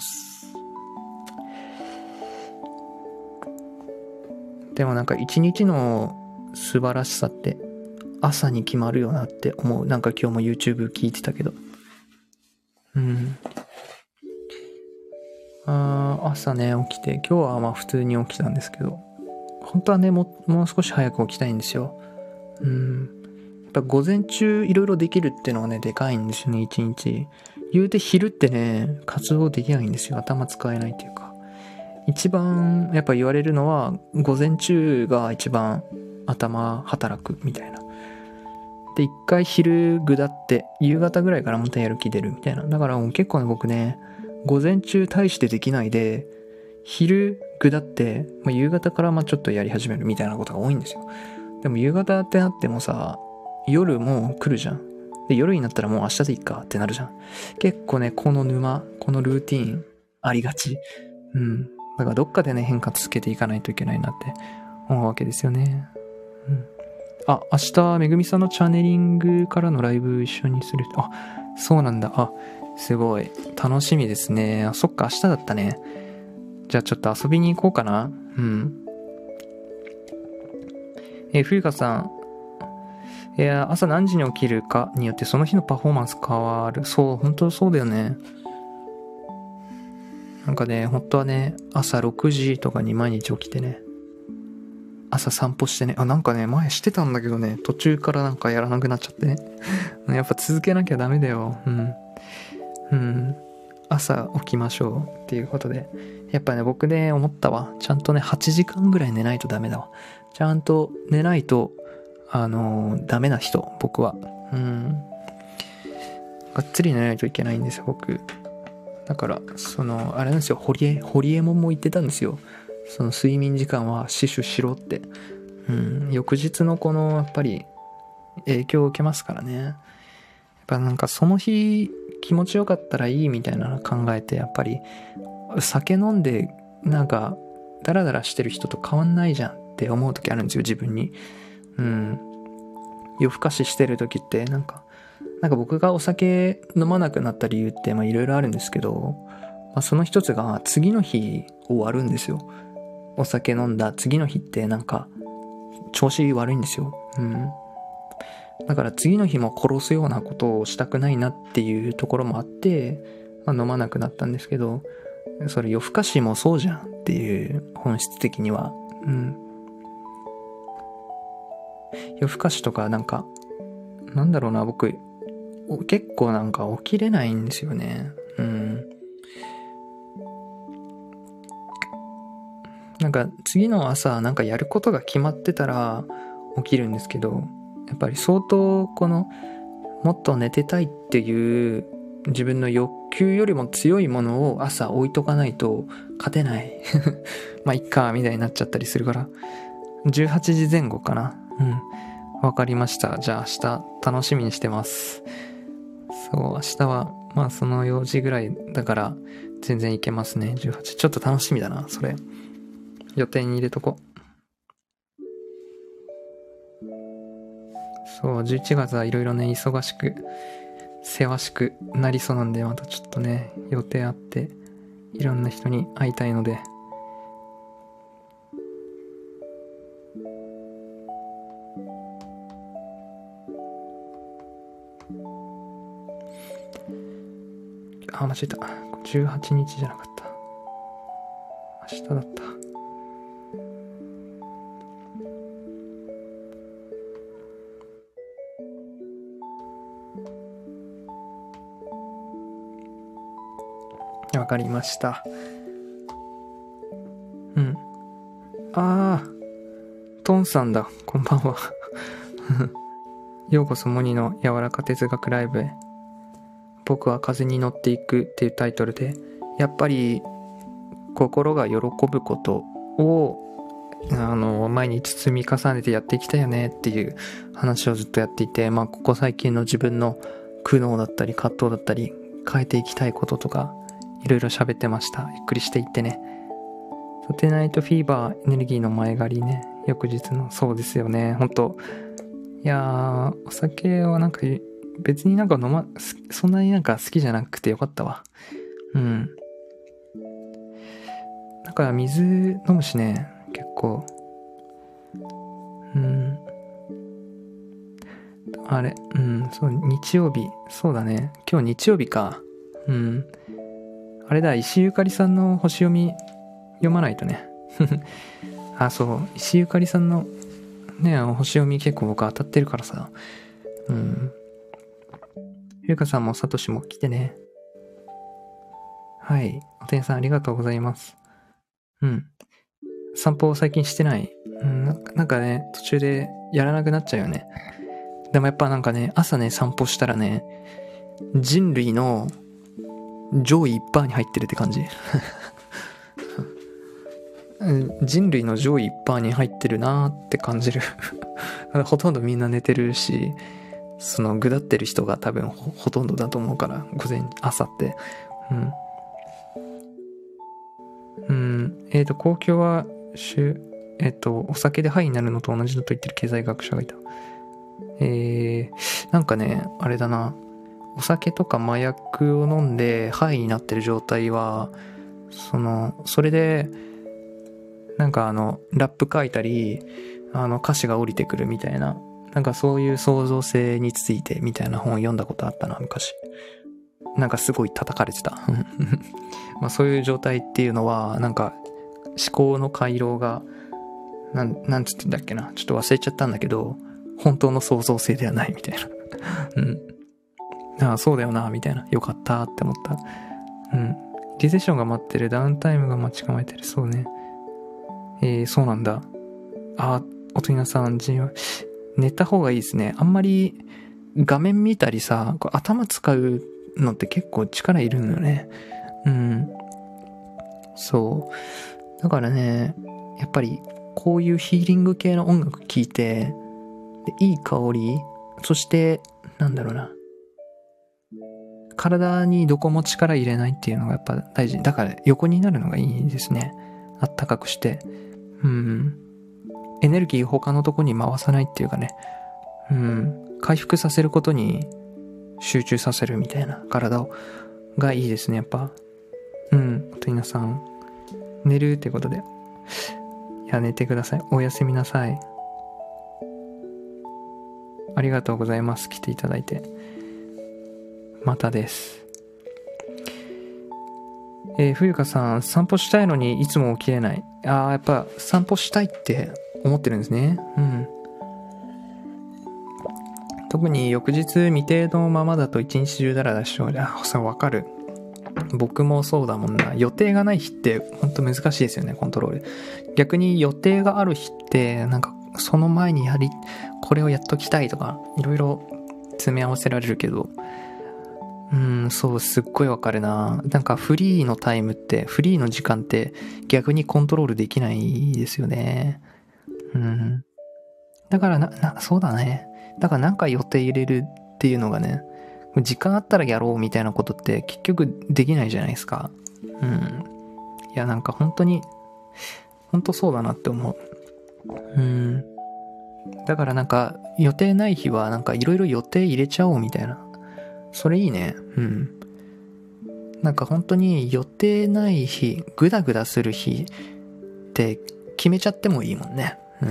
でもなんか一日の素晴らしさって朝に決まるよなって思う。なんか今日も YouTube 聞いてたけど。うん。あ朝ね、起きて、今日はまあ普通に起きたんですけど、本当はね、もう、もう少し早く起きたいんですよ。うん。やっぱ午前中いろいろできるっていうのはね、でかいんですよね、一日。言うて昼ってね、活動できないんですよ。頭使えないっていうか。一番やっぱ言われるのは、午前中が一番頭働くみたいな。で、一回昼下って、夕方ぐらいからまたやる気出るみたいな。だからもう結構ね、僕ね、午前中大してできないで、昼下って、まあ、夕方からまあちょっとやり始めるみたいなことが多いんですよ。でも夕方ってなってもさ、夜もう来るじゃん。で、夜になったらもう明日でいいかってなるじゃん。結構ね、この沼、このルーティーン、ありがち。うん。だからどっかでね、変化つけていかないといけないなって思うわけですよね。うん。あ、明日、めぐみさんのチャネリングからのライブ一緒にする。あ、そうなんだ。あ、すごい。楽しみですね。あ、そっか、明日だったね。じゃあちょっと遊びに行こうかな。うん。えー、冬香さん。いや、朝何時に起きるかによってその日のパフォーマンス変わる。そう、本当そうだよね。なんかね、本当はね、朝ろくじとかに毎日起きてね、朝散歩してね、あ、なんかね、前してたんだけどね、途中からなんかやらなくなっちゃってね。やっぱ続けなきゃダメだよ。うん。うん。朝起きましょうっていうことで。やっぱね、僕ね、思ったわ。ちゃんとね、はちじかんぐらい寝ないとダメだわ。ちゃんと寝ないと、 あのダメな人、僕は。うんがっつり寝ないといけないんですよ、僕。だからそのあれなんですよ、堀江堀江門も言ってたんですよ。その睡眠時間は死守しろって。うん、翌日のこのやっぱり影響を受けますからね。やっぱなんかその日気持ちよかったらいいみたいなの考えて、やっぱり酒飲んでなんかダラダラしてる人と変わんないじゃんって思う時あるんですよ、自分に。うん夜更かししてる時ってなんかなんか僕がお酒飲まなくなった理由ってまあいろいろあるんですけど、まあ、その一つが次の日終わるんですよ。お酒飲んだ次の日ってなんか調子悪いんですよ。うん。だから次の日も殺すようなことをしたくないなっていうところもあって、まあ、飲まなくなったんですけど、それ夜更かしもそうじゃんっていう本質的には。うん。夜更かしとかなんか、なんだろうな、僕、結構なんか起きれないんですよね。うん。なんか次の朝なんかやることが決まってたら起きるんですけど、やっぱり相当このもっと寝てたいっていう自分の欲求よりも強いものを朝置いとかないと勝てないまあいっかみたいになっちゃったりするから、じゅうはちじぜん後かな。うんわかりました。じゃあ明日楽しみにしてます。そう明日はまあそのよじぐらいだから全然いけますね。じゅうはちちょっと楽しみだなそれ。予定に入れとこ。そうじゅういちがつはいろいろね忙しくせわしくなりそうなんで、またちょっとね予定あっていろんな人に会いたいので、あ間違えた、じゅうはちにちじゃなかった、明日だった。わかりました。うん。ああ、トンさんだ。こんばんは。ようこそモニの柔らか哲学ライブへ。僕は風に乗っていくっていうタイトルで、やっぱり心が喜ぶことをあの毎日積み重ねてやっていきたいよねっていう話をずっとやっていて、まあここ最近の自分の苦悩だったり葛藤だったり変えていきたいこととかいろいろ喋ってました。ゆっくりしていってね。サテナイトフィーバーエネルギーの前借りね、翌日の。そうですよね、本当いやーお酒はなんか別になんか飲まそんなになんか好きじゃなくてよかったわ。うんだから水飲むしね、結構。うんあれうんそう日曜日、そうだね今日日曜日か。うんあれだ、石井ゆかりさんの星読み読まないとねあそう石井ゆかりさんのねあの星読み結構僕当たってるからさ。うんゆうかさんもさとしも来てね。はい。おてんさんありがとうございます。うん。散歩を最近してない。うん、な、なんかね、途中でやらなくなっちゃうよね。でもやっぱなんかね、朝ね、散歩したらね、人類の上位 いちパーセント に入ってるって感じ。人類の上位 いちパーセント に入ってるなーって感じる。ほとんどみんな寝てるし、そのぐだってる人が多分 ほ, ほとんどだと思うから、午前朝ってうんうんえっ、ー、と公共は週えっ、ー、とお酒でハイになるのと同じだと言ってる経済学者がいた。えー、なんかねあれだな、お酒とか麻薬を飲んでハイになってる状態はそのそれでなんかあのラップ書いたりあの歌詞が降りてくるみたいな、なんかそういう創造性についてみたいな本を読んだことあったな昔。なんかすごい叩かれてたまあそういう状態っていうのはなんか思考の回路がなんなんつってんだっけな、ちょっと忘れちゃったんだけど本当の創造性ではないみたいなうんああそうだよなみたいな、よかったって思った。うんリセッションが待ってる、ダウンタイムが待ち構えてる。そうね。えー、そうなんだ。あ、おとりなさん、じんわ寝た方がいいですね。あんまり画面見たりさ、こう頭使うのって結構力いるのよね。うん。そう。だからね、やっぱりこういうヒーリング系の音楽聴いて、でいい香り、そして、なんだろうな。体にどこも力入れないっていうのがやっぱ大事。だから横になるのがいいですね。あったかくして。うん。エネルギー他のとこに回さないっていうかね。うん。回復させることに集中させるみたいな体をがいいですね、やっぱ。うん。と皆さん、寝るってことで。いや、寝てください。おやすみなさい。ありがとうございます。来ていただいて。またです。えー、冬香さん、散歩したいのにいつも起きれない。ああ、やっぱ散歩したいって思ってるんですね。うん。特に翌日未定のままだと一日中ダラダラしよう。あ、それわかる。僕もそうだもんな。予定がない日ってほんと難しいですよね、コントロール。逆に予定がある日って、なんかその前にやり、これをやっときたいとか、いろいろ詰め合わせられるけど、うん、そう、すっごいわかるな。なんかフリーのタイムって、フリーの時間って逆にコントロールできないですよね。うん。だからな、な、そうだね。だからなんか予定入れるっていうのがね、時間あったらやろうみたいなことって結局できないじゃないですか。うん。いや、なんか本当に、本当そうだなって思う。うん。だからなんか予定ない日はなんかいろいろ予定入れちゃおうみたいな。それいいね。うん。なんか本当に予定ない日、グダグダする日って決めちゃってもいいもんね。うん。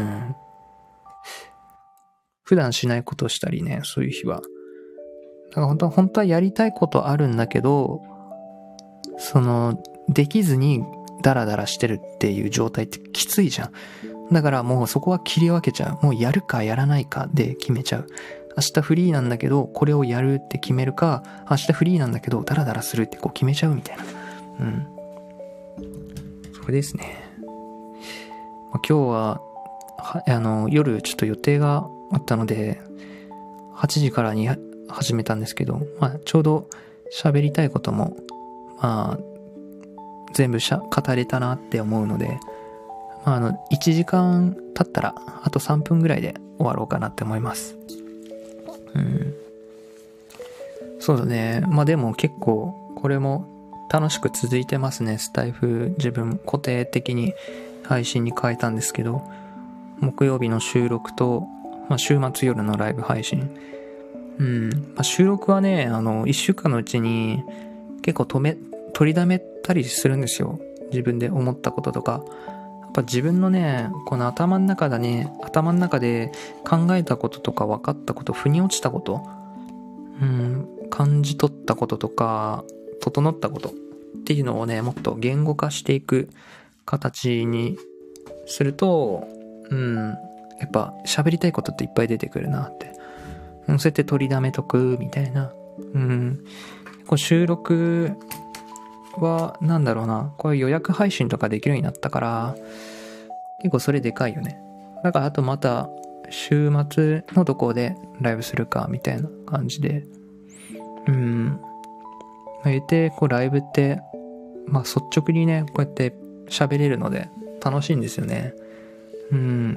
普段しないことをしたりね、そういう日は。だから本当は、本当はやりたいことあるんだけど、その、できずにダラダラしてるっていう状態ってきついじゃん。だからもうそこは切り分けちゃう。もうやるかやらないかで決めちゃう。明日フリーなんだけど、これをやるって決めるか、明日フリーなんだけど、ダラダラするってこう決めちゃうみたいな。うん。それですね。まあ、今日は、は、あの、夜ちょっと予定があったので、はちじからに始めたんですけど、まあ、ちょうど喋りたいことも、まあ、全部しゃ語れたなって思うので、まあ、あの、いちじかん経ったら、あとさんぷんぐらいで終わろうかなって思います。うん。そうだね。まあでも結構、これも楽しく続いてますね。スタイフ、自分固定的に配信に変えたんですけど、木曜日の収録と、まあ、週末夜のライブ配信。うん。まあ、収録はね、あの、いっしゅうかんのうちに結構止め、取りだめたりするんですよ。自分で思ったこととか。やっぱ自分のね、この頭の中だね、頭の中で考えたこととか分かったこと、腑に落ちたこと、うん、感じ取ったこととか、整ったことっていうのをね、もっと言語化していく形にすると、うん、やっぱ喋りたいことっていっぱい出てくるなって。そうやって取りだめとくみたいな。うん。こう収録は、なんだろうな、これ予約配信とかできるようになったから、結構それでかいよね。だからあとまた、週末のどこでライブするか、みたいな感じで。うん。まあ、言って、こうライブって、まあ率直にね、こうやって喋れるので、楽しいんですよね。うん。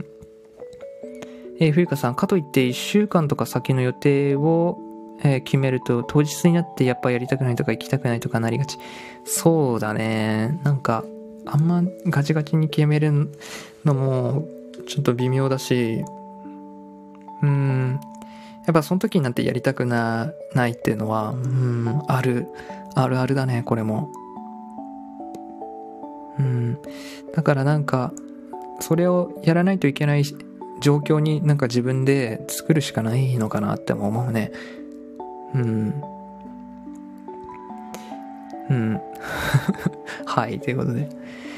えー、冬香さん、かといっていっしゅうかんとか先の予定を、えー、決めると当日になってやっぱやりたくないとか行きたくないとかなりがち。そうだね。なんか、あんまガチガチに決めるのもちょっと微妙だし、うーん。やっぱその時になってやりたくな、ないっていうのは、うーん、ある、あるあるだね、これも。うん。だからなんか、それをやらないといけない状況になんか自分で作るしかないのかなって思うね。うん。うん。はい、ということで。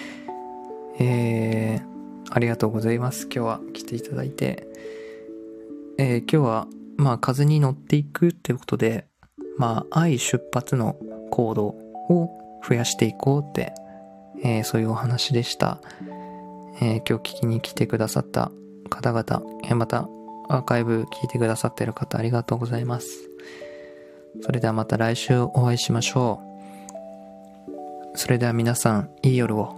えー、ありがとうございます。今日は来ていただいて。えー、今日は、まあ、風に乗っていくっていうことで、まあ、愛出発の行動を増やしていこうって、えー、そういうお話でした。えー、今日聞きに来てくださった方々、えー、またアーカイブ聞いてくださってる方ありがとうございます。それではまた来週お会いしましょう。それでは皆さん、いい夜を。